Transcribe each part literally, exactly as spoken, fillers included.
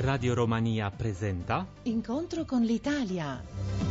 Radio Romania presenta Incontro con l'Italia.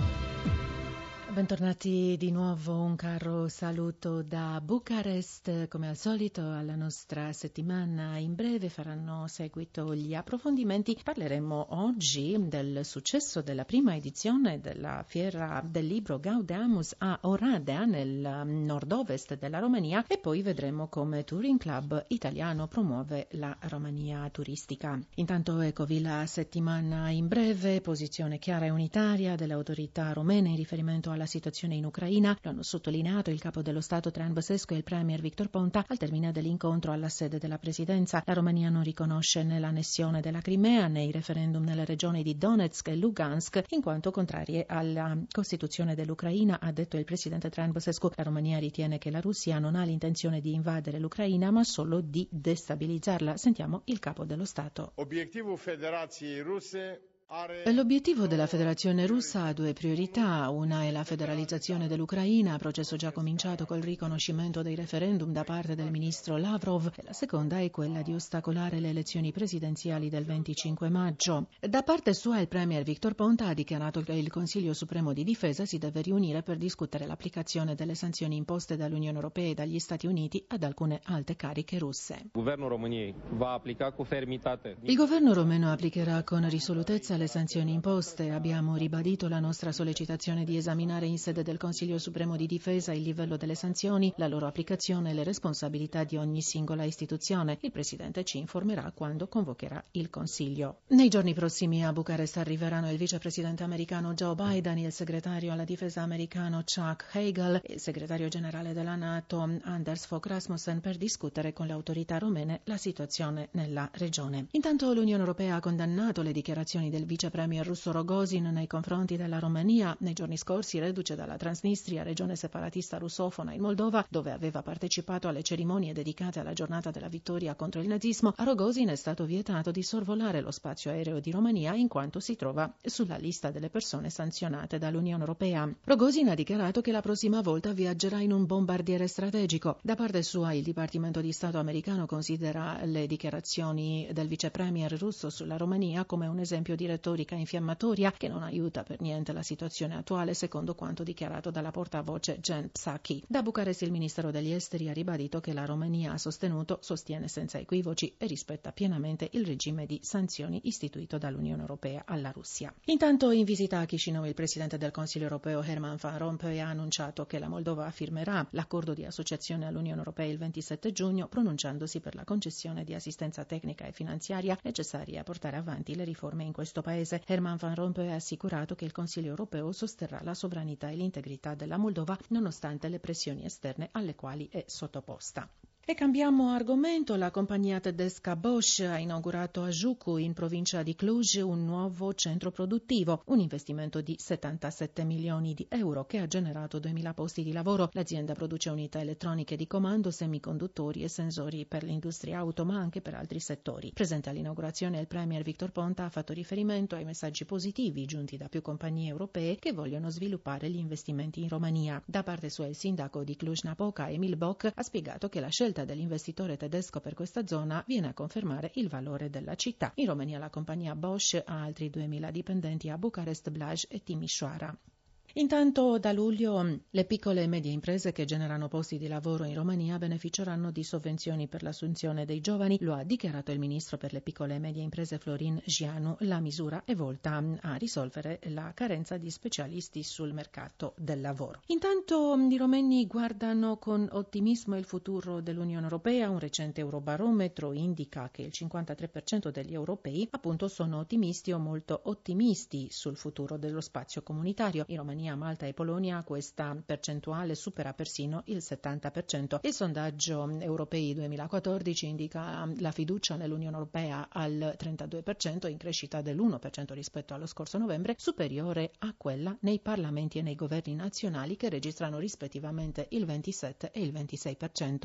Bentornati di nuovo, un caro saluto da Bucarest. Come al solito alla nostra settimana in breve faranno seguito gli approfondimenti. Parleremo oggi del successo della prima edizione della fiera del libro Gaudeamus a Oradea nel nord-ovest della Romania e poi vedremo come Touring Club italiano promuove la Romania turistica. Intanto eccovi la settimana in breve, posizione chiara e unitaria delle autorità romene in riferimento alla situazione in Ucraina. Lo hanno sottolineato il capo dello Stato Traian Băsescu e il premier Victor Ponta al termine dell'incontro alla sede della presidenza. La Romania non riconosce né l'annessione della Crimea né i referendum nelle regioni di Donetsk e Lugansk in quanto contrarie alla Costituzione dell'Ucraina, ha detto il presidente Traian Băsescu. La Romania ritiene che la Russia non ha l'intenzione di invadere l'Ucraina ma solo di destabilizzarla. Sentiamo il capo dello Stato. Obiettivul Federației Ruse L'obiettivo della Federazione russa ha due priorità. Una è la federalizzazione dell'Ucraina, processo già cominciato col riconoscimento dei referendum da parte del ministro Lavrov, e la seconda è quella di ostacolare le elezioni presidenziali del venticinque maggio. Da parte sua il premier Victor Ponta ha dichiarato che il Consiglio Supremo di Difesa si deve riunire per discutere l'applicazione delle sanzioni imposte dall'Unione Europea e dagli Stati Uniti ad alcune alte cariche russe. Guvernul României va aplica cu fermitate. Il governo romeno applicherà con risolutezza le sanzioni imposte. Abbiamo ribadito la nostra sollecitazione di esaminare in sede del Consiglio Supremo di Difesa il livello delle sanzioni, la loro applicazione e le responsabilità di ogni singola istituzione. Il Presidente ci informerà quando convocherà il Consiglio. Nei giorni prossimi a Bucarest arriveranno il vicepresidente americano Joe Biden, il segretario alla difesa americano Chuck Hagel e il segretario generale della NATO Anders Fogh Rasmussen per discutere con le autorità romene la situazione nella regione. Intanto l'Unione Europea ha condannato le dichiarazioni del vice premier russo Rogozin nei confronti della Romania. Nei giorni scorsi, reduce dalla Transnistria, regione separatista russofona in Moldova, dove aveva partecipato alle cerimonie dedicate alla giornata della vittoria contro il nazismo, a Rogozin è stato vietato di sorvolare lo spazio aereo di Romania in quanto si trova sulla lista delle persone sanzionate dall'Unione Europea. Rogozin ha dichiarato che la prossima volta viaggerà in un bombardiere strategico. Da parte sua, il Dipartimento di Stato americano considera le dichiarazioni del vice premier russo sulla Romania come un esempio di retorica infiammatoria che non aiuta per niente la situazione attuale, secondo quanto dichiarato dalla portavoce Jen Psaki. Da Bucarest il Ministero degli Esteri ha ribadito che la Romania ha sostenuto, sostiene senza equivoci e rispetta pienamente il regime di sanzioni istituito dall'Unione Europea alla Russia. Intanto in visita a Chișinău il Presidente del Consiglio Europeo Herman Van Rompuy ha annunciato che la Moldova firmerà l'accordo di associazione all'Unione Europea il ventisette giugno, pronunciandosi per la concessione di assistenza tecnica e finanziaria necessaria a portare avanti le riforme in questo paese. Herman Van Rompuy ha assicurato che il Consiglio europeo sosterrà la sovranità e l'integrità della Moldova nonostante le pressioni esterne alle quali è sottoposta. E cambiamo argomento. La compagnia tedesca Bosch ha inaugurato a Jucu, in provincia di Cluj, un nuovo centro produttivo, un investimento di settantasette milioni di euro che ha generato duemila posti di lavoro. L'azienda produce unità elettroniche di comando, semiconduttori e sensori per l'industria auto, ma anche per altri settori. Presente all'inaugurazione il premier Victor Ponta ha fatto riferimento ai messaggi positivi giunti da più compagnie europee che vogliono sviluppare gli investimenti in Romania. Da parte sua il sindaco di Cluj-Napoca, Emil Boc, ha spiegato che la scelta dell'investitore tedesco per questa zona viene a confermare il valore della città. In Romania la compagnia Bosch ha altri duemila dipendenti a Bucarest, Blaj e Timișoara. Intanto da luglio le piccole e medie imprese che generano posti di lavoro in Romania beneficeranno di sovvenzioni per l'assunzione dei giovani, lo ha dichiarato il ministro per le piccole e medie imprese Florin Gianu. La misura è volta a risolvere la carenza di specialisti sul mercato del lavoro. Intanto i romeni guardano con ottimismo il futuro dell'Unione Europea. Un recente Eurobarometro indica che il cinquantatré per cento degli europei appunto sono ottimisti o molto ottimisti sul futuro dello spazio comunitario. I romani Romania, Malta e Polonia questa percentuale supera persino il settanta per cento. Il sondaggio Europei duemilaquattordici indica la fiducia nell'Unione Europea al trentadue per cento, in crescita dell'uno per cento rispetto allo scorso novembre, superiore a quella nei parlamenti e nei governi nazionali che registrano rispettivamente il ventisette e il ventisei per cento.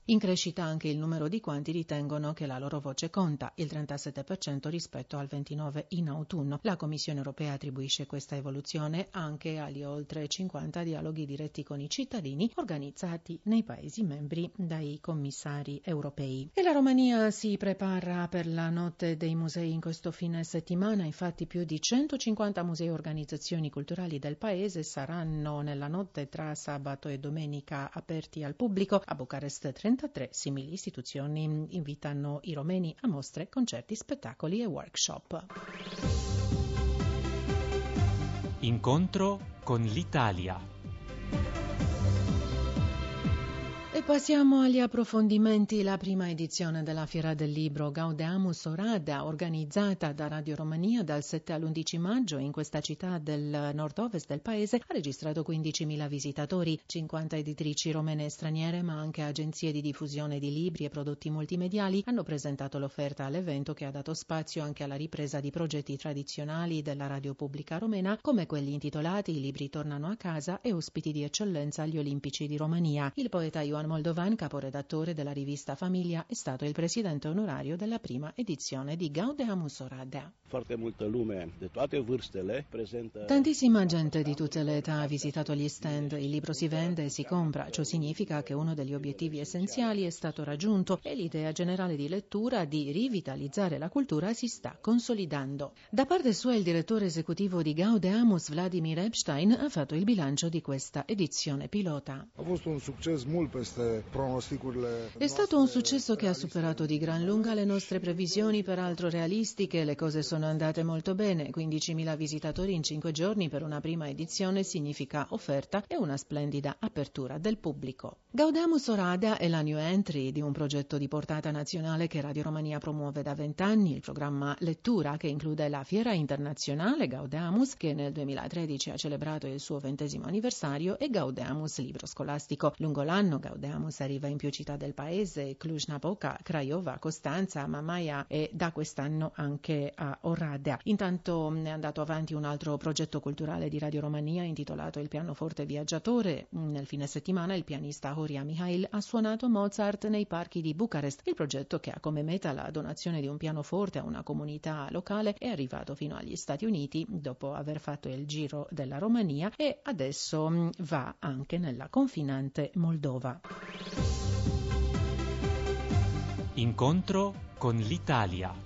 In crescita anche il numero di quanti ritengono che la loro voce conta, il trentasette per cento rispetto al ventinove per cento in autunno. La Commissione europea attribuisce questa evoluzione anche agli oltre cinquanta dialoghi diretti con i cittadini organizzati nei Paesi membri dai commissari europei. E la Romania si prepara per la notte dei musei in questo fine settimana, infatti più di centocinquanta musei e organizzazioni culturali del paese saranno nella notte tra sabato e domenica aperti al pubblico. A Bucarest trentatré simili istituzioni invitano i romeni a mostre, concerti, spettacoli e workshop. Incontro con l'Italia. E passiamo agli approfondimenti. La prima edizione della Fiera del Libro Gaudeamus Oradea, organizzata da Radio Romania dal sette all'undici maggio in questa città del nord-ovest del paese, ha registrato quindicimila visitatori, cinquanta editrici romene e straniere, ma anche agenzie di diffusione di libri e prodotti multimediali hanno presentato l'offerta all'evento, che ha dato spazio anche alla ripresa di progetti tradizionali della radio pubblica romena, come quelli intitolati I libri tornano a casa e Ospiti di eccellenza agli Olimpici di Romania. Il poeta Ioan Moldovan, caporedattore della rivista Famiglia, è stato il presidente onorario della prima edizione di Gaudeamus Oradea. Foarte multă lume de toate vârstele prezentă. Tantissima gente di tutte le età ha visitato gli stand. Il libro si vende e si compra. Ciò significa che uno degli obiettivi essenziali è stato raggiunto e l'idea generale di lettura di rivitalizzare la cultura si sta consolidando. Da parte sua il direttore esecutivo di Gaudeamus, Vladimir Epstein, ha fatto il bilancio di questa edizione pilota. A fost un succes mult peste pronosticurile. È stato un successo che ha superato di gran lunga le nostre previsioni, peraltro realistiche. Le cose sono andate molto bene. quindicimila visitatori in cinque giorni per una prima edizione significa offerta e una splendida apertura del pubblico. Gaudeamus Oradea è la new entry di un progetto di portata nazionale che Radio Romania promuove da vent'anni, il programma Lettura, che include la Fiera Internazionale Gaudeamus, che nel duemilatredici ha celebrato il suo ventesimo anniversario, e Gaudeamus Libro Scolastico. Lungo l'anno Gaudeamus arriva in più città del paese: Cluj-Napoca, Craiova, Costanza, Mamaia e da quest'anno anche a Oradea. Intanto è andato avanti un altro progetto culturale di Radio Romania intitolato Il pianoforte viaggiatore. Nel fine settimana il pianista Horia Mihail ha suonato Mozart nei parchi di Bucarest. Il progetto, che ha come meta la donazione di un pianoforte a una comunità locale, è arrivato fino agli Stati Uniti dopo aver fatto il giro della Romania e adesso va anche nella confinante Moldova. Incontro con l'Italia.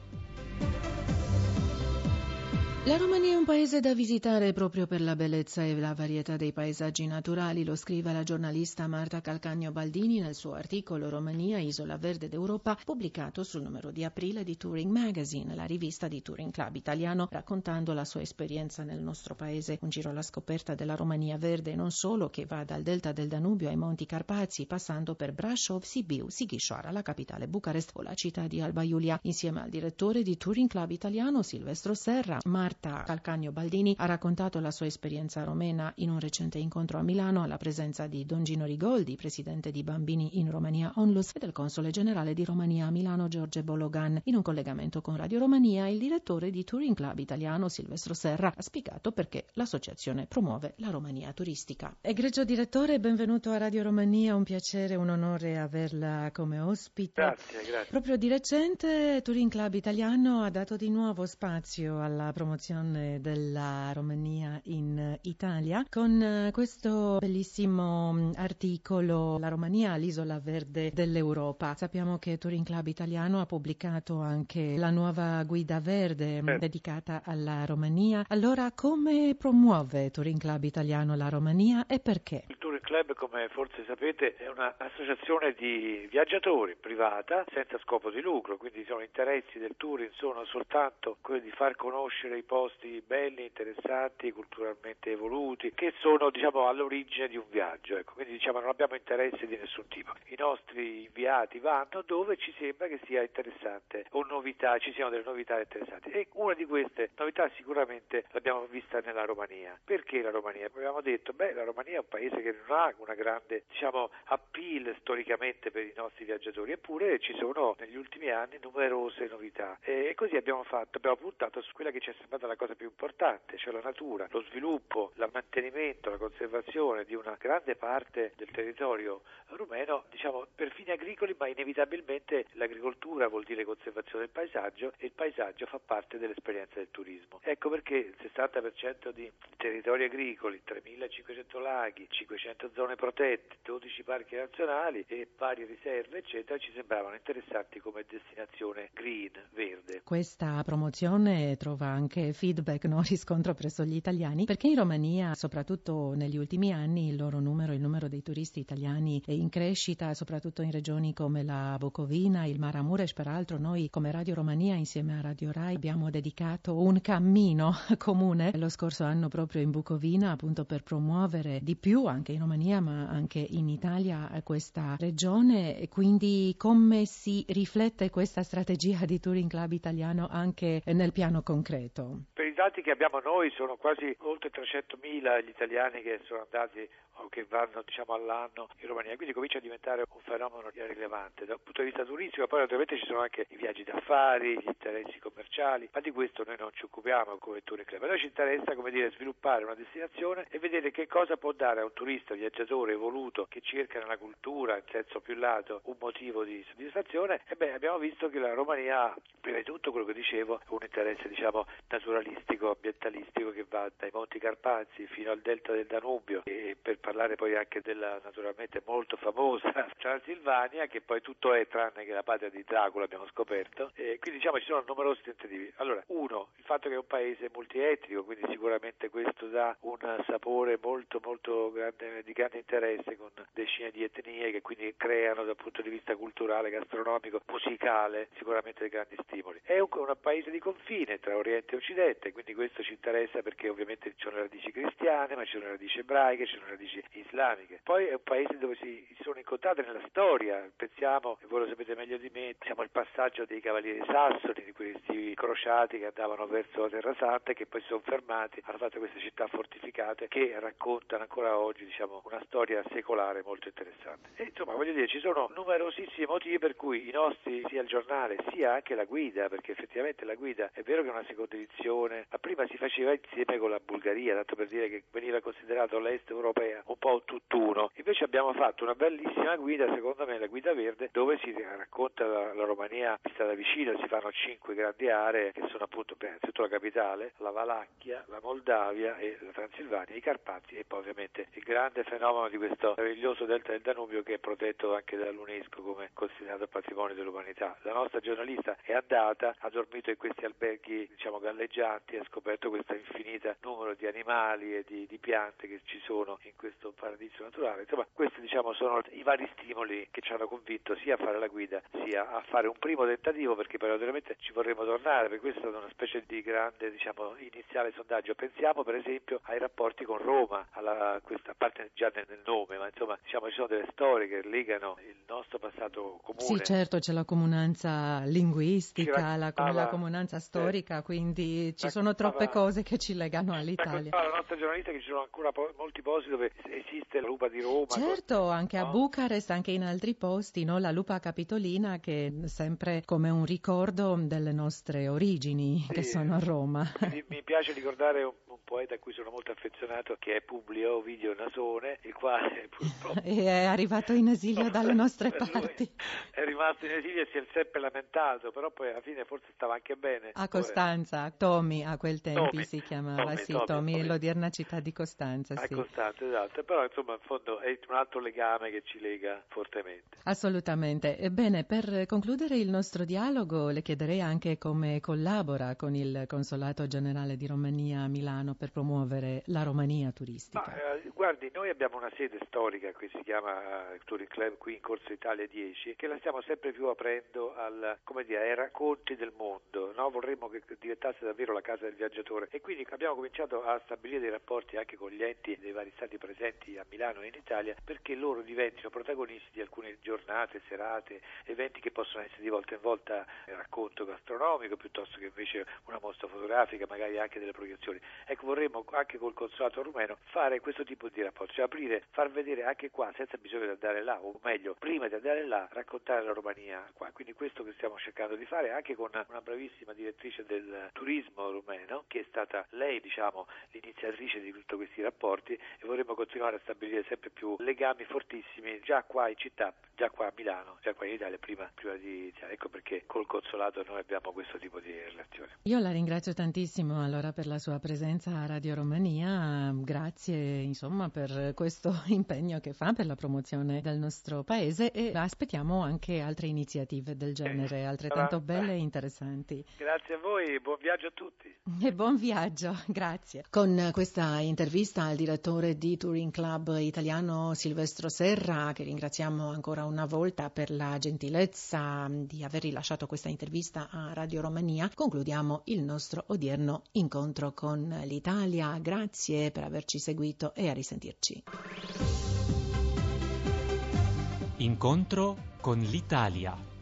La Romania è un paese da visitare proprio per la bellezza e la varietà dei paesaggi naturali, lo scrive la giornalista Marta Calcagno Baldini nel suo articolo Romania, isola verde d'Europa, pubblicato sul numero di aprile di Touring Magazine, la rivista di Touring Club italiano, raccontando la sua esperienza nel nostro paese. Un giro alla scoperta della Romania verde e non solo, che va dal delta del Danubio ai Monti Carpazi, passando per Brașov, Sibiu, Sighișoara, la capitale Bucarest o la città di Alba Iulia. Insieme al direttore di Touring Club italiano Silvestro Serra, Marta Calcagno Baldini ha raccontato la sua esperienza romena in un recente incontro a Milano alla presenza di Don Gino Rigoldi, presidente di Bambini in Romania Onlus, e del console generale di Romania a Milano George Bologan. In un collegamento con Radio Romania, il direttore di Touring Club italiano Silvestro Serra ha spiegato perché l'associazione promuove la Romania turistica. Egregio direttore, benvenuto a Radio Romania, un piacere, un onore averla come ospite. Grazie, grazie. Proprio di recente Touring Club italiano ha dato di nuovo spazio alla promozione della Romania in Italia con questo bellissimo articolo La Romania, l'isola verde dell'Europa. Sappiamo che Touring Club italiano ha pubblicato anche la nuova guida verde eh. dedicata alla Romania. Allora, come promuove Touring Club italiano la Romania e perché? Il Touring Club, come forse sapete, è un'associazione di viaggiatori privata senza scopo di lucro, quindi sono interessi del touring sono soltanto quelli di far conoscere i posti belli, interessanti, culturalmente evoluti, che sono, diciamo, all'origine di un viaggio. Ecco. Quindi, diciamo, non abbiamo interesse di nessun tipo. I nostri inviati vanno dove ci sembra che sia interessante o novità, ci siano delle novità interessanti. E una di queste novità sicuramente l'abbiamo vista nella Romania. Perché la Romania? Abbiamo detto, beh, la Romania è un paese che non ha una grande, diciamo, appeal storicamente per i nostri viaggiatori, eppure ci sono negli ultimi anni numerose novità e così abbiamo fatto, abbiamo puntato su quella che ci è sembrata la cosa più importante, cioè la natura, lo sviluppo, il mantenimento, la conservazione di una grande parte del territorio rumeno, diciamo per fini agricoli, ma inevitabilmente l'agricoltura vuol dire conservazione del paesaggio e il paesaggio fa parte dell'esperienza del turismo. Ecco perché il sessanta per cento di territori agricoli, tremilacinquecento laghi, cinquecento zone protette, dodici parchi nazionali e varie riserve eccetera ci sembravano interessanti come destinazione green, verde. Questa promozione trova anche feedback, no? Riscontro presso gli italiani, perché in Romania, soprattutto negli ultimi anni, il loro numero, il numero dei turisti italiani è in crescita, soprattutto in regioni come la Bucovina, il Maramureș. Peraltro noi come Radio Romania insieme a Radio Rai abbiamo dedicato un cammino comune lo scorso anno proprio in Bucovina, appunto per promuovere di più anche in Romania ma anche in Italia questa regione. E quindi come si riflette questa strategia di Touring Club italiano anche nel piano concreto? Per i dati che abbiamo noi sono quasi oltre trecentomila gli italiani che sono andati o che vanno diciamo all'anno in Romania, quindi comincia a diventare un fenomeno rilevante dal punto di vista turistico. Poi naturalmente ci sono anche i viaggi d'affari, gli interessi commerciali, ma di questo noi non ci occupiamo come Touring Club. A noi ci interessa, come dire, sviluppare una destinazione e vedere che cosa può dare a un turista, viaggiatore evoluto che cerca nella cultura, in senso più lato, un motivo di soddisfazione. E beh, abbiamo visto che la Romania ha, prima di tutto quello che dicevo, un interesse diciamo naturalistico, ambientalistico che va dai Monti Carpazi fino al delta del Danubio, e per parlare poi anche della naturalmente molto famosa Transilvania, che poi tutto è tranne che la patria di Dracula, abbiamo scoperto. E quindi diciamo ci sono numerosi tentativi. Allora, uno, il fatto che è un paese multietnico, quindi sicuramente questo dà un sapore molto molto grande, di grande interesse, con decine di etnie che quindi creano dal punto di vista culturale, gastronomico, musicale sicuramente dei grandi stimoli. È un, un paese di confine tra Oriente e Occidente, quindi questo ci interessa perché ovviamente ci sono le radici cristiane, ma ci sono le radici ebraiche, ci sono le radici islamiche. Poi è un paese dove si sono incontrate nella storia, pensiamo, e voi lo sapete meglio di me, siamo il passaggio dei cavalieri sassoni, di questi crociati che andavano verso la Terra Santa e che poi si sono fermati, hanno fatto queste città fortificate che raccontano ancora oggi diciamo una storia secolare molto interessante. E insomma voglio dire, ci sono numerosissimi motivi per cui i nostri, sia il giornale sia anche la guida, perché effettivamente la guida è vero che è una seconda edizione, ma prima si faceva insieme con la Bulgaria, tanto per dire che veniva considerato l'est europea un po' un tutt'uno. Invece abbiamo fatto una bellissima guida, secondo me la guida verde, dove si racconta la, la Romania vista da vicino, si fanno cinque grandi aree che sono appunto innanzitutto la capitale, la Valacchia, la Moldavia e la Transilvania, i Carpazi e poi ovviamente il grande fenomeno di questo meraviglioso delta del Danubio che è protetto anche dall'UNESCO come considerato patrimonio dell'umanità. La nostra giornalista è andata, ha dormito in questi alberghi diciamo galleggianti e ha scoperto questo infinito numero di animali e di, di piante che ci sono in questo paradiso naturale. Insomma, questi diciamo sono i vari stimoli che ci hanno convinto sia a fare la guida sia a fare un primo tentativo, perché poi naturalmente ci vorremmo tornare, perché questo è stato una specie di grande diciamo iniziale sondaggio. Pensiamo per esempio ai rapporti con Roma, alla, questa a parte già nel, nel nome, ma insomma diciamo ci sono delle storie che legano il nostro passato comune. Sì, certo, c'è la comunanza linguistica, la, la comunanza storica, eh, quindi ci sono troppe cose che ci legano all'Italia. La nostra giornalista che ci sono ancora po- molti posti dove esiste la lupa di Roma. Certo, con... anche no? a Bucarest, anche in altri posti, no? La lupa capitolina che è sempre come un ricordo delle nostre origini, sì, che sono a Roma. Mi, mi piace ricordare un, un poeta a cui sono molto affezionato, che è Publio Ovidio Nasone, il quale purtroppo è arrivato in esilio dalle nostre parti. È rimasto in esilio e si è sempre lamentato, però poi alla fine forse stava anche bene. A Costanza, Tomi a quel tempo Tommy. si chiamava, Tommy, sì, Tommy, Tomi, Tommy. l'odierna città di Costanza. A sì. Costanza, esatto, però insomma in fondo è un altro legame che ci lega fortemente. Assolutamente. Ebbene, per concludere il nostro dialogo le chiederei anche come collabora con il Consolato Generale di Romania a Milano per promuovere la Romania turistica. Ma, eh, guardi, noi abbiamo una sede storica che si chiama uh, Touring Club qui in Corso Italia dieci, che la stiamo sempre più aprendo al, come dire, ai racconti del mondo, no? Vorremmo che diventasse davvero la casa del viaggiatore e quindi abbiamo cominciato a stabilire dei rapporti anche con gli enti dei vari stati presenti a Milano e in Italia, perché loro diventino protagonisti di alcune giornate, serate, eventi che possono essere di volta in volta il racconto gastronomico piuttosto che invece una mostra fotografica, magari anche delle proiezioni. Ecco, vorremmo anche col consolato rumeno fare questo tipo di rapporto, cioè cioè aprire, far vedere anche qua, senza bisogno di andare là, o meglio, prima di andare là, raccontare la Romania qua. Quindi questo che stiamo cercando di fare anche con una bravissima direttrice del turismo rumeno, che è stata lei, diciamo, l'iniziatrice di tutti questi rapporti, e vorremmo continuare a stabilire sempre più legami fortissimi già qua in città, già qua a Milano, già qua in Italia, prima, prima di iniziare. Ecco perché col consolato noi abbiamo questo tipo di relazione. Io la ringrazio tantissimo allora per la sua presenza a Radio Romania, grazie insomma per questo impegno che fa per la promozione del nostro paese, e aspettiamo anche altre iniziative del genere, altrettanto belle e interessanti. Grazie a voi, buon viaggio a tutti. E buon viaggio, grazie. Con questa intervista al direttore di Touring Club italiano Silvestro Serra, che ringraziamo ancora una volta per la gentilezza di aver rilasciato questa intervista a Radio Romania, concludiamo il nostro odierno incontro con l'Italia. Grazie per averci seguito e a risentirci. Incontro con l'Italia.